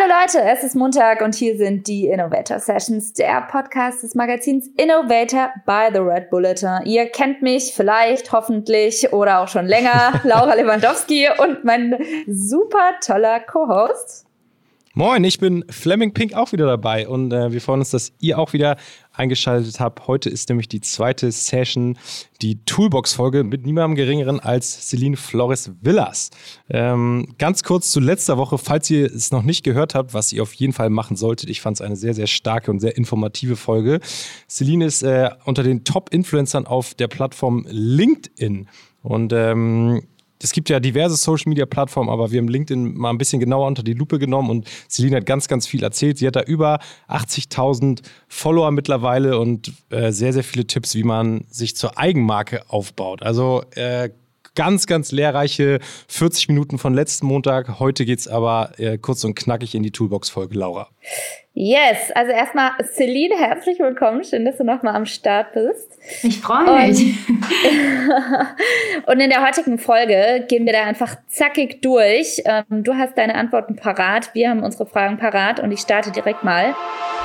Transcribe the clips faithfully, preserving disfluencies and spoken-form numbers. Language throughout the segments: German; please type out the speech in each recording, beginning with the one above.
Hallo Leute, es ist Montag und hier sind die Innovator Sessions, der Podcast des Magazins Innovator by The Red Bulletin. Ihr kennt mich vielleicht, hoffentlich oder auch schon länger, Laura Lewandowski und mein super toller Co-Host. Moin, ich bin Fleming Pink auch wieder dabei und äh, wir freuen uns, dass ihr auch wieder eingeschaltet habt. Heute ist nämlich die zweite Session, die Toolbox-Folge mit niemandem Geringeren als Celine Flores-Villas. Ähm, ganz kurz zu letzter Woche, falls ihr es noch nicht gehört habt, was ihr auf jeden Fall machen solltet. Ich fand es eine sehr, sehr starke und sehr informative Folge. Celine ist äh, unter den Top-Influencern auf der Plattform LinkedIn und ähm, es gibt ja diverse Social-Media-Plattformen, aber wir haben LinkedIn mal ein bisschen genauer unter die Lupe genommen und Celine hat ganz, ganz viel erzählt. Sie hat da über achtzigtausend Follower mittlerweile und äh, sehr, sehr viele Tipps, wie man sich zur Eigenmarke aufbaut. Also äh, ganz, ganz lehrreiche vierzig Minuten von letzten Montag. Heute geht's aber äh, kurz und knackig in die Toolbox-Folge, Laura. Yes, also erstmal Celine, herzlich willkommen. Schön, dass du nochmal am Start bist. Ich freue mich. Und in der heutigen Folge gehen wir da einfach zackig durch. Du hast deine Antworten parat, wir haben unsere Fragen parat und ich starte direkt mal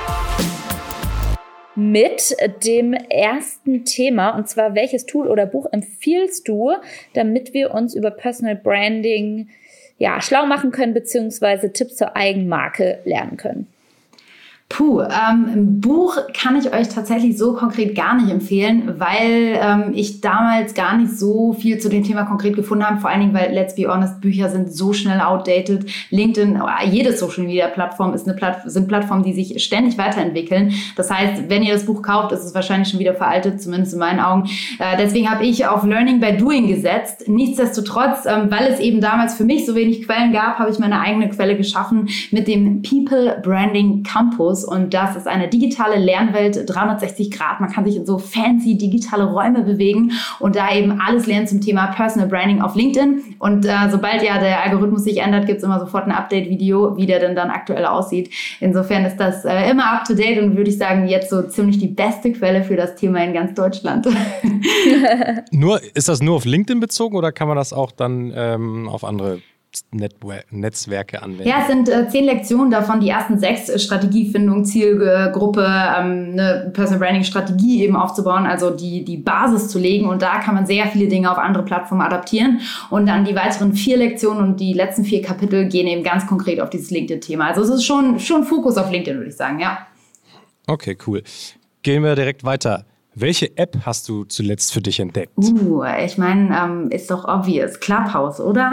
mit dem ersten Thema, und zwar: Welches Tool oder Buch empfiehlst du, damit wir uns über Personal Branding ja, schlau machen können, beziehungsweise Tipps zur Eigenmarke lernen können? Puh, ähm, ein Buch kann ich euch tatsächlich so konkret gar nicht empfehlen, weil ähm, ich damals gar nicht so viel zu dem Thema konkret gefunden habe. Vor allen Dingen, weil, let's be honest, Bücher sind so schnell outdated. LinkedIn, jede Social-Media-Plattform ist eine Platt- sind Plattformen, die sich ständig weiterentwickeln. Das heißt, wenn ihr das Buch kauft, ist es wahrscheinlich schon wieder veraltet, zumindest in meinen Augen. Äh, deswegen habe ich auf Learning by Doing gesetzt. Nichtsdestotrotz, ähm, weil es eben damals für mich so wenig Quellen gab, habe ich meine eigene Quelle geschaffen mit dem People Branding Campus. Und das ist eine digitale Lernwelt, dreihundertsechzig Grad. Man kann sich in so fancy digitale Räume bewegen und da eben alles lernen zum Thema Personal Branding auf LinkedIn. Und äh, sobald ja der Algorithmus sich ändert, gibt es immer sofort ein Update-Video, wie der denn dann aktuell aussieht. Insofern ist das äh, immer up to date und würde ich sagen, jetzt so ziemlich die beste Quelle für das Thema in ganz Deutschland. Nur, ist das nur auf LinkedIn bezogen oder kann man das auch dann ähm, auf andere Netwer- Netzwerke anwenden? Ja, es sind äh, zehn Lektionen davon. Die ersten sechs, äh, Strategiefindung, Zielgruppe, ähm, eine Personal Branding Strategie eben aufzubauen, also die, die Basis zu legen. Und da kann man sehr viele Dinge auf andere Plattformen adaptieren. Und dann die weiteren vier Lektionen und die letzten vier Kapitel gehen eben ganz konkret auf dieses LinkedIn-Thema. Also es ist schon, schon Fokus auf LinkedIn, würde ich sagen, ja. Okay, cool. Gehen wir direkt weiter. Welche App hast du zuletzt für dich entdeckt? Uh, ich meine, ähm, ist doch obvious. Clubhouse, oder?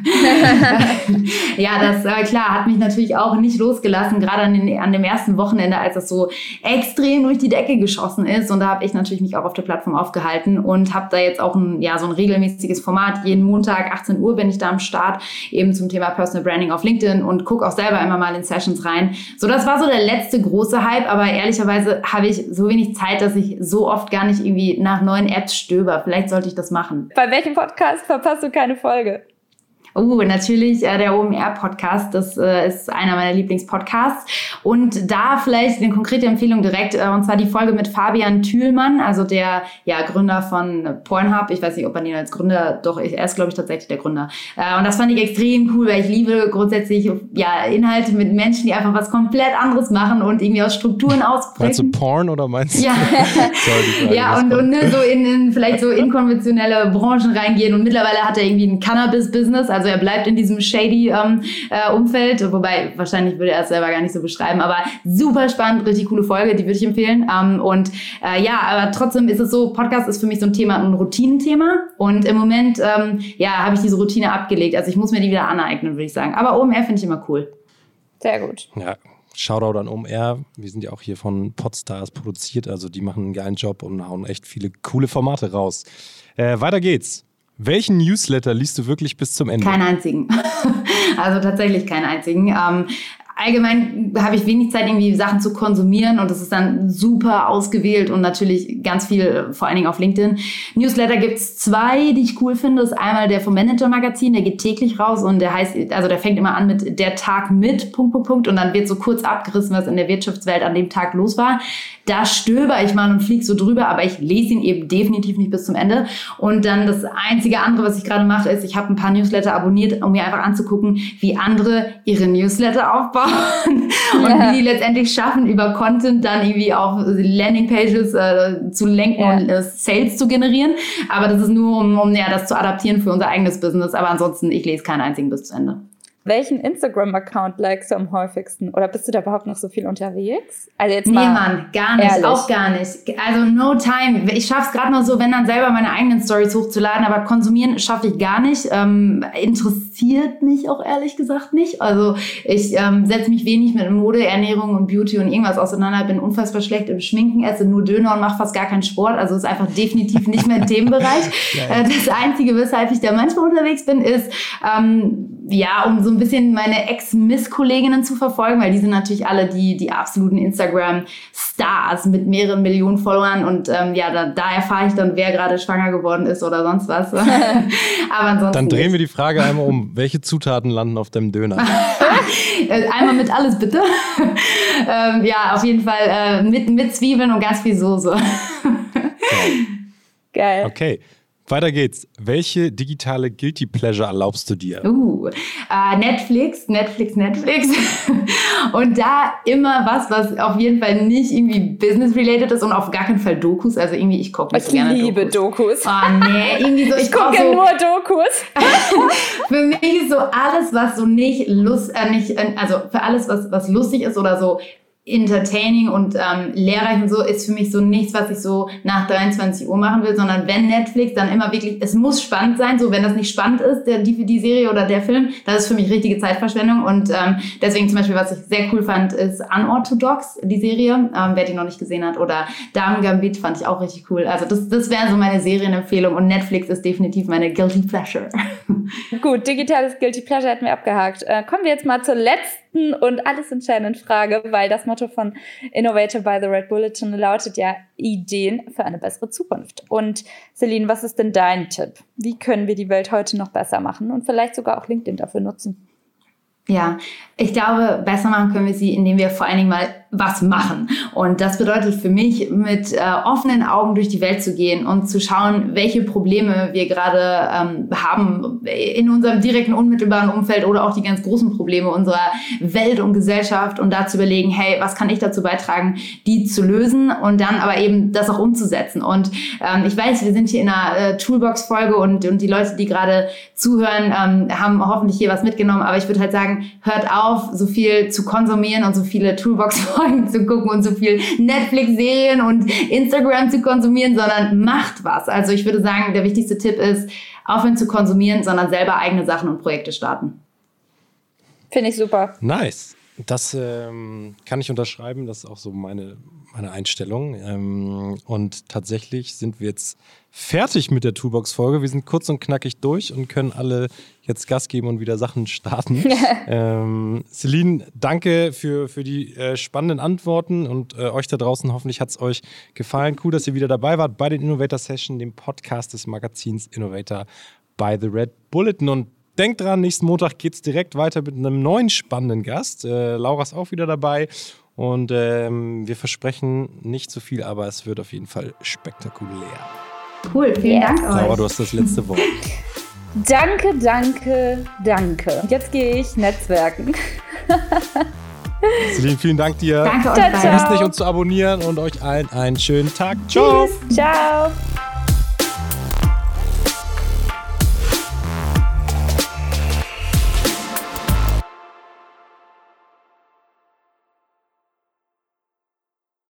Ja, das, äh, klar, hat mich natürlich auch nicht losgelassen, gerade an, den, an dem ersten Wochenende, als das so extrem durch die Decke geschossen ist. Und da habe ich natürlich mich auch auf der Plattform aufgehalten und habe da jetzt auch ein, ja, so ein regelmäßiges Format. Jeden Montag, achtzehn Uhr bin ich da am Start, eben zum Thema Personal Branding auf LinkedIn und gucke auch selber immer mal in Sessions rein. So, das war so der letzte große Hype, aber ehrlicherweise habe ich so wenig Zeit, dass ich so oft gar nicht irgendwie nach neuen Apps stöber. Vielleicht sollte ich das machen. Bei welchem Podcast verpasst du keine Folge? Oh, natürlich äh, der O M R-Podcast. Das äh, ist einer meiner Lieblingspodcasts. Und da vielleicht eine konkrete Empfehlung direkt, äh, und zwar die Folge mit Fabian Thülmann, also der ja, Gründer von Pornhub. Ich weiß nicht, ob man ihn als Gründer, doch, er ist, glaube ich, tatsächlich der Gründer. Äh, und das fand ich extrem cool, weil ich liebe grundsätzlich ja, Inhalte mit Menschen, die einfach was komplett anderes machen und irgendwie aus Strukturen ausbrechen. Meinst du Porn oder meinst du? Ja, Sorry, ja und, und ne, so in, in vielleicht so inkonventionelle Branchen reingehen. Und mittlerweile hat er irgendwie ein Cannabis-Business, also Also er bleibt in diesem shady ähm, äh, Umfeld, wobei wahrscheinlich würde er es selber gar nicht so beschreiben, aber super spannend, richtig coole Folge, die würde ich empfehlen. Ähm, und äh, ja, aber trotzdem ist es so, Podcast ist für mich so ein Thema, ein Routinenthema und im Moment ähm, ja, habe ich diese Routine abgelegt, also ich muss mir die wieder aneignen, würde ich sagen. Aber O M R finde ich immer cool. Sehr gut. Ja, Shoutout an O M R. Wir sind ja auch hier von Podstars produziert, also die machen einen geilen Job und hauen echt viele coole Formate raus. Äh, weiter geht's. Welchen Newsletter liest du wirklich bis zum Ende? Keinen einzigen. Also tatsächlich keinen einzigen. Ähm, allgemein habe ich wenig Zeit, irgendwie Sachen zu konsumieren und das ist dann super ausgewählt und natürlich ganz viel, vor allen Dingen auf LinkedIn. Newsletter gibt es zwei, die ich cool finde. Das ist einmal der vom Manager-Magazin, der geht täglich raus und der heißt, also der fängt immer an mit der Tag mit, Punkt, Punkt, Punkt und dann wird so kurz abgerissen, was in der Wirtschaftswelt an dem Tag los war. Da stöber ich mal und fliege so drüber, aber ich lese ihn eben definitiv nicht bis zum Ende. Und dann das einzige andere, was ich gerade mache, ist, ich habe ein paar Newsletter abonniert, um mir einfach anzugucken, wie andere ihre Newsletter aufbauen. und ja. wie die letztendlich schaffen, über Content dann irgendwie auf Landingpages äh, zu lenken ja. und äh, Sales zu generieren. Aber das ist nur, um, um ja, das zu adaptieren für unser eigenes Business. Aber ansonsten, ich lese keinen einzigen bis zu Ende. Welchen Instagram-Account likest du am häufigsten? Oder bist du da überhaupt noch so viel unterwegs? Also jetzt nee, mal Mann, gar nicht, ehrlich. Auch gar nicht. Also no time. Ich schaffe es gerade noch so, wenn dann selber meine eigenen Stories hochzuladen, aber konsumieren schaffe ich gar nicht. Ähm, interessiert mich auch ehrlich gesagt nicht. Also ich ähm, setze mich wenig mit Mode, Ernährung und Beauty und irgendwas auseinander. Bin unfassbar schlecht im Schminken, esse nur Döner und mache fast gar keinen Sport. Also ist einfach definitiv nicht mehr im Themenbereich. Äh, das Einzige, weshalb ich da manchmal unterwegs bin, ist ähm, ja, um so ein bisschen meine Ex-Miss-Kolleginnen zu verfolgen, weil die sind natürlich alle die, die absoluten Instagram-Stars mit mehreren Millionen Followern und ähm, ja, da, da erfahre ich dann, wer gerade schwanger geworden ist oder sonst was. Aber ansonsten dann drehen wir die Frage einmal um. Welche Zutaten landen auf deinem Döner? Einmal mit alles, bitte. ähm, ja, auf jeden Fall äh, mit, mit Zwiebeln und ganz viel Soße. Geil. Okay. Weiter geht's. Welche digitale Guilty Pleasure erlaubst du dir? Uh, äh, Netflix, Netflix, Netflix. Und da immer was, was auf jeden Fall nicht irgendwie business-related ist und auf gar keinen Fall Dokus. Also irgendwie, ich gucke nicht ich so gerne liebe Dokus. Dokus. Oh nee, irgendwie so. Ich, ich gucke so, nur Dokus. Für mich ist so alles, was so nicht lust, äh, nicht, also für alles, was, was lustig ist oder so entertaining und ähm, lehrreich und so, ist für mich so nichts, was ich so nach dreiundzwanzig Uhr machen will, sondern wenn Netflix, dann immer wirklich, es muss spannend sein, so wenn das nicht spannend ist, der, die, die Serie oder der Film, das ist für mich richtige Zeitverschwendung und ähm, deswegen zum Beispiel, was ich sehr cool fand, ist Unorthodox, die Serie, ähm, wer die noch nicht gesehen hat, oder Damen Gambit fand ich auch richtig cool, also das, das wäre so meine Serienempfehlung und Netflix ist definitiv meine Guilty Pleasure. Gut, digitales Guilty Pleasure hätten wir abgehakt. Äh, kommen wir jetzt mal zur letzten und alles entscheidenden Frage, weil das Motto von Innovator by the Red Bulletin lautet ja Ideen für eine bessere Zukunft. Und Celine, was ist denn dein Tipp? Wie können wir die Welt heute noch besser machen und vielleicht sogar auch LinkedIn dafür nutzen? Ja, ich glaube, besser machen können wir sie, indem wir vor allen Dingen mal was machen. Und das bedeutet für mich, mit äh, offenen Augen durch die Welt zu gehen und zu schauen, welche Probleme wir gerade ähm, haben in unserem direkten, unmittelbaren Umfeld oder auch die ganz großen Probleme unserer Welt und Gesellschaft und da zu überlegen, hey, was kann ich dazu beitragen, die zu lösen und dann aber eben das auch umzusetzen. Und ähm, ich weiß, wir sind hier in einer äh, Toolbox-Folge und, und die Leute, die gerade zuhören, ähm, haben hoffentlich hier was mitgenommen, aber ich würde halt sagen, hört auf, so viel zu konsumieren und so viele Toolbox-Folgen zu gucken und so viel Netflix-Serien und Instagram zu konsumieren, sondern macht was. Also ich würde sagen, der wichtigste Tipp ist, aufhören zu konsumieren, sondern selber eigene Sachen und Projekte starten. Finde ich super. Nice. Das ähm, kann ich unterschreiben, das ist auch so meine, meine Einstellung. Ähm, und tatsächlich sind wir jetzt fertig mit der Toolbox-Folge. Wir sind kurz und knackig durch und können alle jetzt Gas geben und wieder Sachen starten. ähm, Celine, danke für, für die äh, spannenden Antworten und äh, euch da draußen. Hoffentlich hat es euch gefallen. Cool, dass ihr wieder dabei wart bei den Innovator Session, dem Podcast des Magazins Innovator by the Red Bulletin. Und denkt dran, nächsten Montag geht es direkt weiter mit einem neuen spannenden Gast. Äh, Laura ist auch wieder dabei und ähm, wir versprechen nicht so viel, aber es wird auf jeden Fall spektakulär. Cool, vielen yes. Dank euch. Laura, du hast das letzte Wort. Danke, danke, danke. Und jetzt gehe ich netzwerken. Celine, vielen Dank dir. Danke euch Ciao, beiden. ciao. Vergesst nicht, uns zu abonnieren und euch allen einen schönen Tag. Ciao. Tschüss. Ciao.